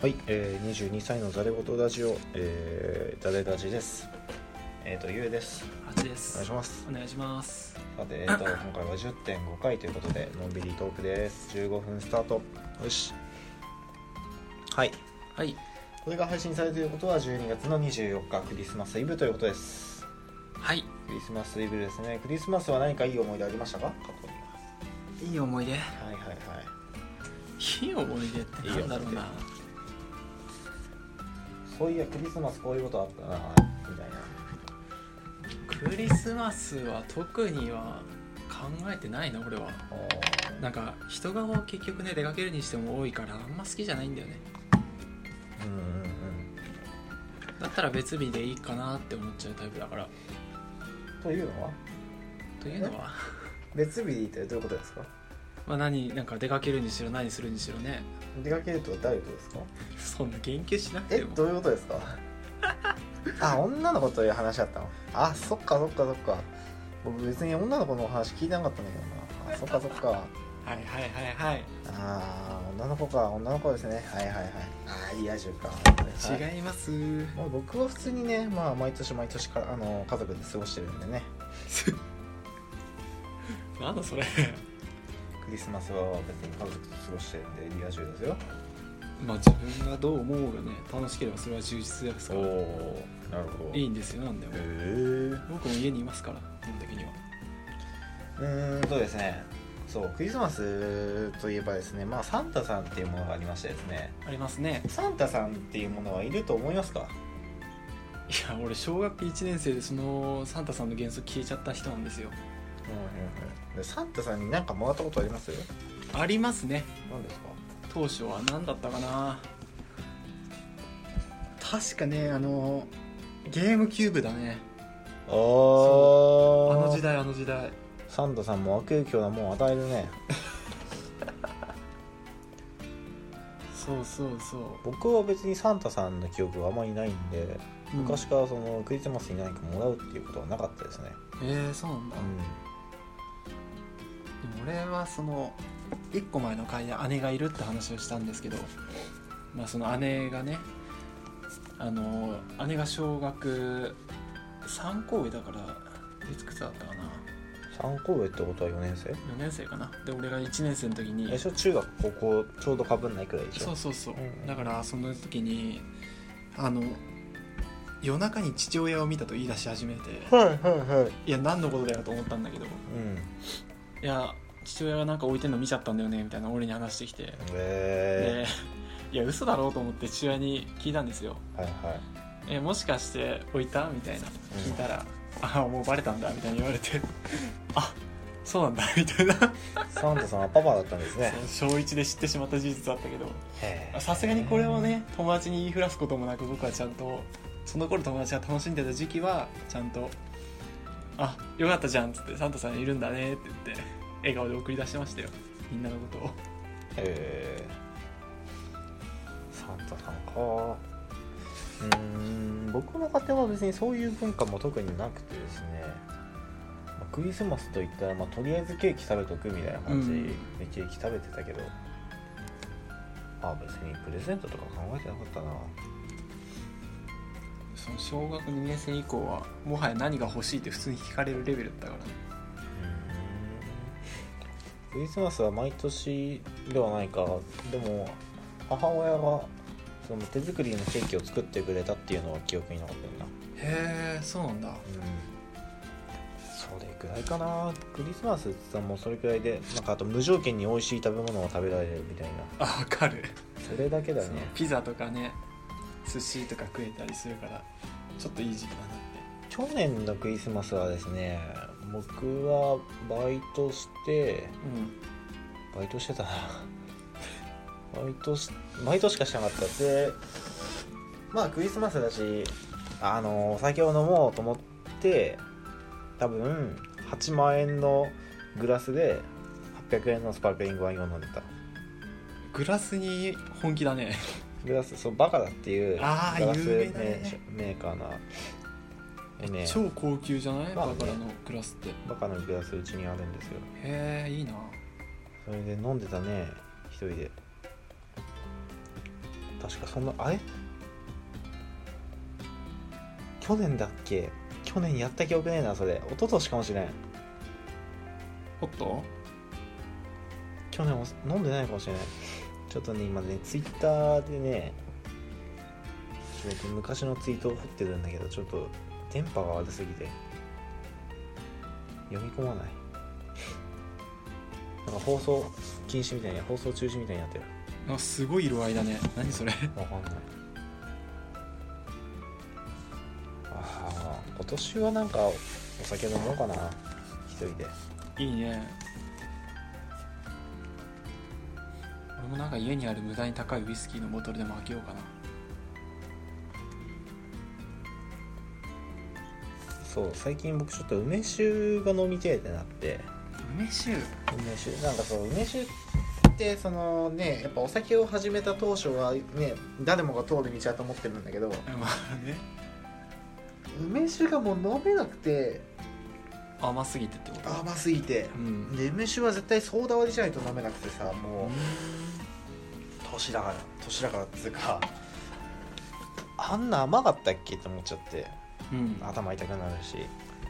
はい、22歳のザレ言ラジオ、ザレラジです。ゆうです。 はちです。 お願いします。 お願いします。 さて、今回は 10.5 回ということでのんびりトークです。15分スタート。よし。はい。 はい。 これが配信されていることは12月の24日クリスマスイブということです。 はい。 クリスマスイブですね。クリスマスは何かいい思い出ありましたか？過去に。 いい思い出。 はいはいはい。 いい思い出ってなんだろうな。 そういやクリスマスこういうことあったなみたいな。 クリスマスは特には考えてないな俺は。なんか人が結局ね出かけるにしても多いからあんま好きじゃないんだよね。だったら別日でいいかなって思っちゃうタイプだから。 というのは別日ってどういうことですか？ まあなんか出かけるにしろ何するにしろね。 出かけるとは誰とですか？ そんな言及しなくても。 どういうことですか？あ、女の子という話だったの？あ、そっか僕別に女の子の話聞いてなかったんだけどな。あ、そっかはいあー、女の子ですね。はいあー、リア充か、 はい、違います。 まあ、僕は普通にね、まあ毎年家族で過ごしてるんでね。 なんだそれ。 クリスマスは別に家族と過ごしてるんでリア充ですよ。 まあ自分がどう思うがね楽しければそれは充実ですから。 おー、なるほど。 いいんですよ。なんでも僕も家にいますから基本的には。 そうですね。そうクリスマスといえばですね、まあサンタさんっていうものがありましてですね。 ありますね。 サンタさんっていうものはいると思いますか？ いや俺小学1年生でそのサンタさんの原則消えちゃった人なんですよ。 でサンタさんに何かもらったことあります？ ありますね。 何ですか？ 当初は何だったかな。確かねゲームキューブだね。 あの時代サンタさんも悪影響なもん与えるね。 そう僕は別にサンタさんの記憶があまりないんで、昔からそのクリスマスに何かもらうっていうことはなかったですね。 そうなんだ。でも俺はその1個前の回で姉がいるって話をしたんですけど、まあその姉がね姉が小学3校上だからいくつだったかな。 3校上ってことは4年生 4年生かな。で俺が1年生の時に中学高校ちょうど被んないくらいでしょ。 そう、だからその時に夜中に父親を見たと言い出し始めて、いや何のことだよと思ったんだけど、いや父親がなんか置いてんの見ちゃったんだよねみたいな俺に話してきて、でいや嘘だろうと思って父親に聞いたんですよ。もしかして置いたみたいな聞いたら、もうバレたんだみたいに言われてあ、そうなんだみたいな。 サンタさんはパパだったんですね。 小1で知ってしまった事実だったけど、さすがにこれをね友達に言いふらすこともなく、僕はちゃんとその頃友達が楽しんでた時期はちゃんとよかったじゃんっつって、サンタさんいるんだねって言って笑顔で送り出してましたよ、みんなのことを。 サンタさんか。僕の家庭は別にそういう文化も特になくてですね、クリスマスといったら、とりあえずケーキ食べとくみたいな感じでケーキ食べてたけど、別にプレゼントとか考えてなかったな。 その小学2年生以降はもはや何が欲しいって普通に聞かれるレベルだったからね。 クリスマスは毎年ではないか。でも母親がその手作りのケーキを作ってくれたっていうのは記憶に残ってるな。 へえ、そうなんだ。 それくらいかな。クリスマスって言ったらもうそれくらいで、あと無条件に美味しい食べ物を食べられるみたいな。 わかる。 それだけだね。 ピザとかね、寿司とか食えたりするからちょっといい時期だなって。 去年のクリスマスはですね、僕はバイトしてたな。バイトしかしなかったで、クリスマスだしお酒を飲もうと思って多分8万円のグラスで800円のスパークリングワインを飲んでた。 グラスに本気だね。 グラス、バカだっていうグラスメーカーな、 超高級じゃない？バカのグラスって。 バカのグラスうちにあるんですよ。 へえ、いいな。 それで飲んでたね、一人で。 確かそんな、あれ去年だっけ、去年やった記憶ねえな。それ一昨年かもしれん。 おっと去年飲んでないかもしれない。ちょっとね今ねツイッターでね昔のツイートを掘ってるんだけど、ちょっと電波が悪すぎて読み込まない。なんか放送禁止みたいな、放送中止みたいになってる。 あ、すごい色合いだね。何それ。 わかんない。ああ、今年はなんかお酒飲もうかな、一人で。 いいね。俺もなんか家にある無駄に高いウイスキーのボトルでも開けようかな。 そう、最近僕ちょっと梅酒が飲みてえってなって。 梅酒なんかそう、梅酒ってそのね、やっぱお酒を始めた当初はね、誰もが通る道だと思ってるんだけど、 まあね、 梅酒がもう飲めなくて。 甘すぎてってこと？ 甘すぎて、うん、で梅酒は絶対ソーダ割りじゃないと飲めなくてさ、もう年だからっていうか、あんな甘かったっけって思っちゃって、うん、頭痛くなるし。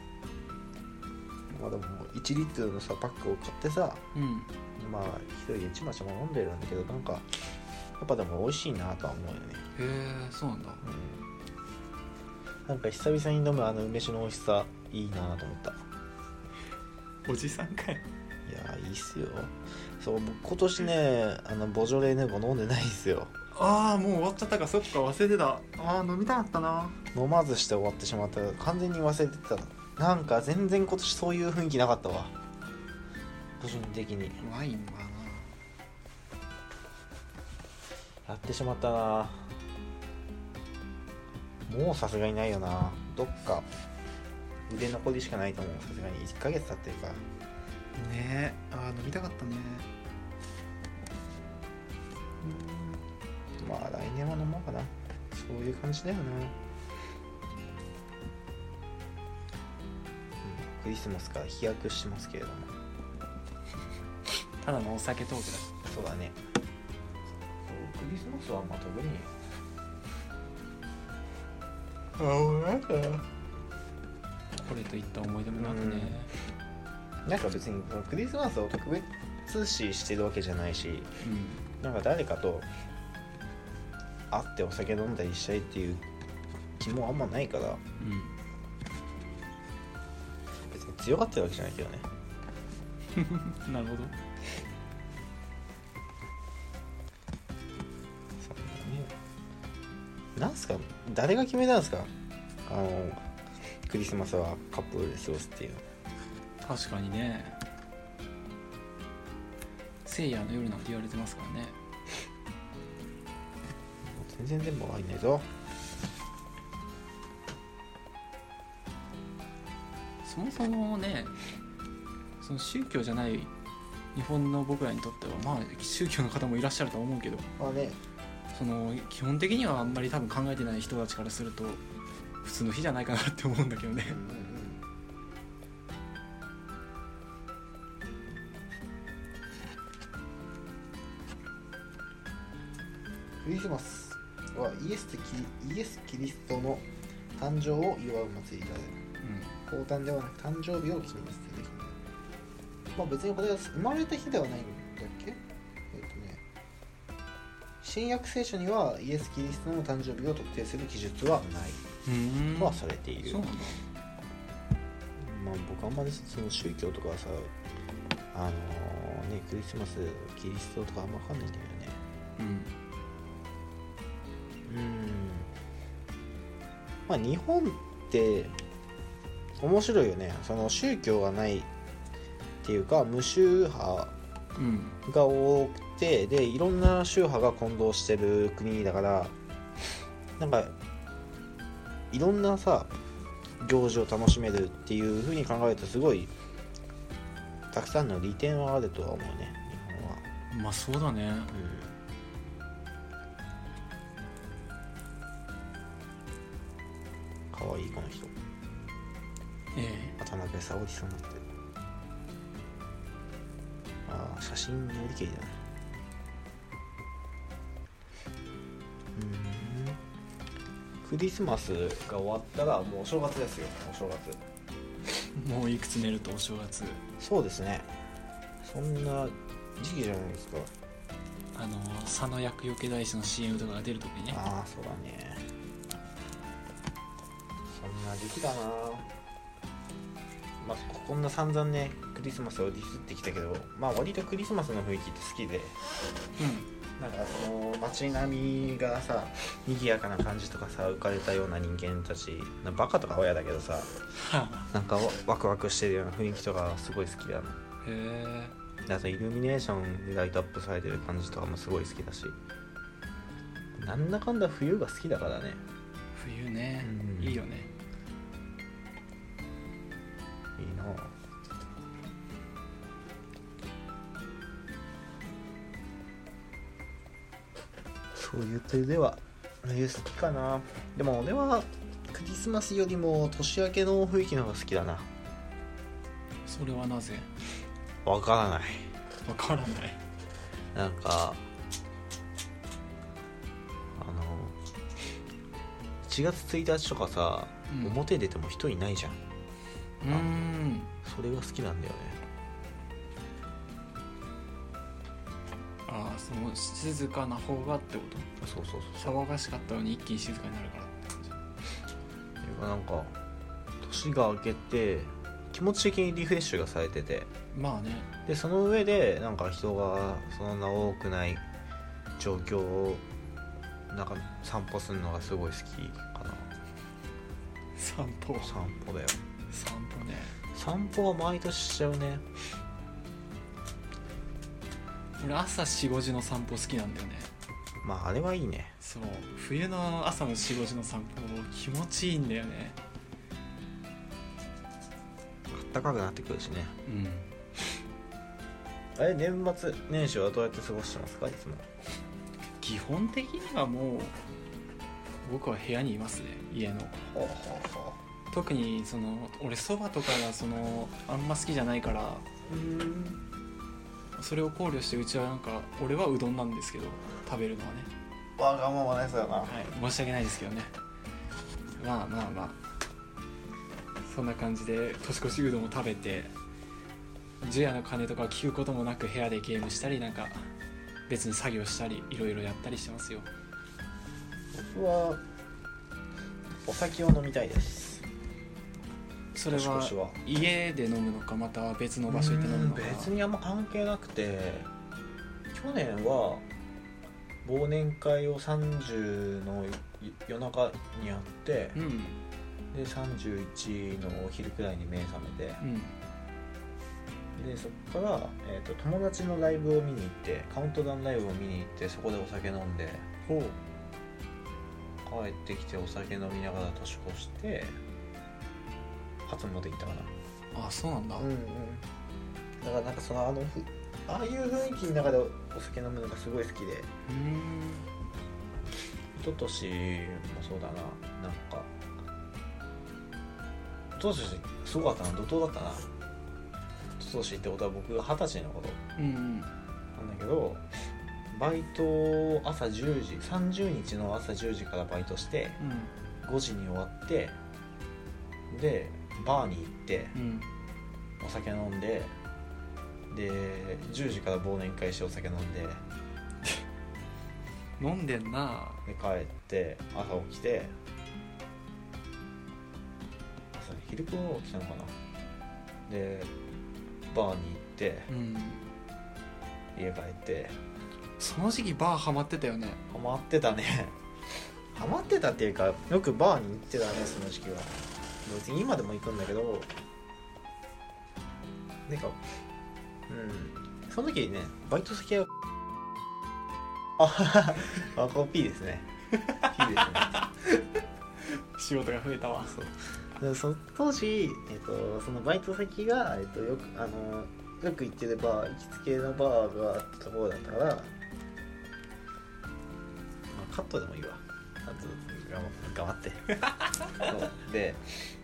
まあでも1リットルのさパックを買ってさ、うん、まあ一人で1マシも飲んでるんだけど、なんかやっぱでも美味しいなとは思うよね。 へえ、そうなんだ。 うん、なんか久々に飲むあの梅酒の美味しさいいなと思った。 おじさんかい。 いやいいっすよ。そう、僕今年ねボジョレ・ヌーボー飲んでないんですよ。 ああ、もう終わっちゃったか。そっか、忘れてた。ああ、飲みたかったな。 飲まずして終わってしまった。完全に忘れてた。なんか全然今年そういう雰囲気なかったわ、個人的に。 ワインはな、 やってしまったな。もうさすがにないよな。どっか腕残りしかないと思う。さすがに1ヶ月経ってるからね。ああ、飲みたかったね。 まあ来年は飲もうかな。そういう感じだよな。クリスマスから飛躍してますけれども。 ただのお酒トークだ。 そうだね。そう、クリスマスはまあ特になんかこれといった思い出もなくね、 なんか別にクリスマスを特別視してるわけじゃないし、なんか誰かと会ってお酒飲んだりしたいっていう気もあんまないから、別に強がってるわけじゃないけどね。 なるほど。 なんすか、誰が決めたんですか、クリスマスはカップルで過ごすっていう。 確かにね、聖夜の夜なんて言われてますからね。 全然電波が入んないぞ。 そもそもね、その宗教じゃない日本の僕らにとっては、まあ宗教の方もいらっしゃると思うけど、 まあね、 その基本的にはあんまり多分考えてない人たちからすると普通の日じゃないかなって思うんだけどね。 クリスマスはイエス・キリストの誕生を祝う祭りだね。降誕ではなく誕生日を記念する日。まあ別にこれは生まれた日ではないんだっけ。新約聖書にはイエス・キリストの誕生日を特定する記述はないとはされている。 そうなんだ。 まあ僕あんまりその宗教とかはさ、クリスマスキリストとかあんま分かんないんだよね。まあ日本って面白いよね。その宗教がないっていうか無宗派が多くて、でいろんな宗派が混同してる国だから、なんかいろんなさ行事を楽しめるっていう風に考えるとすごいたくさんの利点はあるとは思うね、日本は。 まあそうだね。 かわいいこの人。渡辺沙織さんだって。写真より綺麗だな。 クリスマスが終わったらもうお正月ですよ。お正月もういくつ寝るとお正月。 そうですね、そんな時期じゃないですか。 佐野厄除け大師の CM とかが出るときにね。 ああそうだね、そんな時期だな。まあこんな散々ねクリスマスをディスってきたけど、まあ割とクリスマスの雰囲気って好きで、なんかその街並みがさ賑やかな感じとかさ、浮かれたような人間たち、バカとかは嫌だけどさなんかワクワクしてるような雰囲気とかすごい好きだな。 へえ。 あとイルミネーションでライトアップされてる感じとかもすごい好きだし、なんだかんだ冬が好きだからね。 冬ね、いいよね。 いいな。そういう点では冬好きかな。でも俺はクリスマスよりも年明けの雰囲気の方が好きだな。 それはなぜ？ わからない。 わからない。 なんか1月1日とかさ、表出ても人いないじゃん。それが好きなんだよね。 ああ、その静かな方がってこと？ そうそうそう。 騒がしかったのに一気に静かになるからって感じ。 なんか年が明けて気持ち的にリフレッシュがされてて、 まあね。 でその上でなんか人がそんな多くない状況をなんか散歩するのがすごい好きかな。 散歩だよ。散歩ね。 散歩は毎年しちゃうね。 俺朝 4,5 時の散歩好きなんだよね。 まああれはいいね。 そう、冬の朝の 4,5 時の散歩気持ちいいんだよね。 暖かくなってくるしね。あれ年末年始はどうやって過ごしてますか？いつも基本的にはもう僕は部屋にいますね、家の。特にその俺そばとかがあんま好きじゃないから、それを考慮してうちはなんか俺はうどんなんですけど、食べるのはね。 わがままなやつだな。 はい、申し訳ないですけどね。まあそんな感じで年越しうどんを食べて、除夜の鐘とか聞くこともなく部屋でゲームしたり、なんか別に作業したりいろいろやったりしてますよ。 僕はお酒を飲みたいです。 それは家で飲むのか、また別の場所行って飲むのか？ 別にあんま関係なくて、去年は忘年会を30の夜中にやって、で31のお昼くらいに目覚めて、でそこから、友達のライブを見に行って、カウントダウンライブを見に行って、そこでお酒飲んで、帰ってきてお酒飲みながら年越して、初詣行ったかな。 あ、そうなんだ。 だからなんかああいう雰囲気の中でお酒飲むのがすごい好きで、一昨年もそうだな。なんか一昨年すごかったな、怒涛だったな。一昨年ってことは僕が20歳のことなんだけど、バイトを朝10時30日の朝10時からバイトして、5時に終わって、でバーに行って、お酒飲んで、で10時から忘年会してお酒飲んで飲んでんな。 で帰って朝起きて、朝昼頃起きたのかな。でバーに行って、家帰って。 その時期バーハマってたよね。 ハマってたね。ハマってたっていうか、よくバーに行ってたね、その時期は。別に今でも行くんだけど、なんかその時ね、バイト先はここ P ですね。P ですね。 仕事が増えたわ。 その当時、そのバイト先が、よく行ってるバー、行きつけのバーがあったところだったから、カットでもいいわ。頑張って。そうで、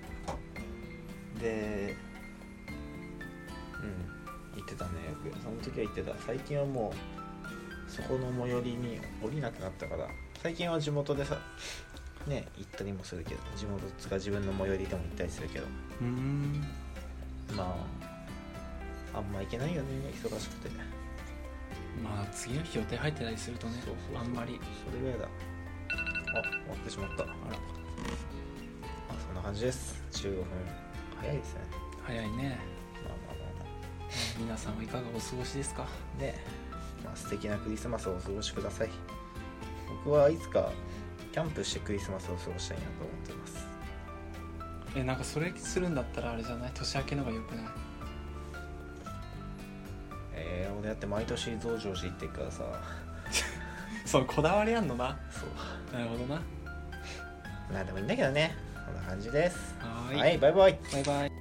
行ってたね、よく。その時は行ってた。最近はもうそこの最寄りに降りなくなったから、最近は地元でさね行ったりもするけど、地元とか自分の最寄りでも行ったりするけど、まああんま行けないよね、忙しくて。 まあ次の日予定入ってたりするとね、あんまりそれぐらいだ。あ、終わってしまった。あら、そんな感じです。15分早いですね。 早いね。皆さんはいかがお過ごしですかね。まあ、素敵なクリスマスをお過ごしください。僕はいつかキャンプしてクリスマスを過ごしたいなと思っています。 なんかそれするんだったらあれじゃない、年明けのが良くない？ 俺だって毎年増上寺行ってるからさそう、こだわりあんのな。 そう、 なるほどな。 まあでもいいんだけどね。こんな感じです。 はい、バイバイ。 バイバイ。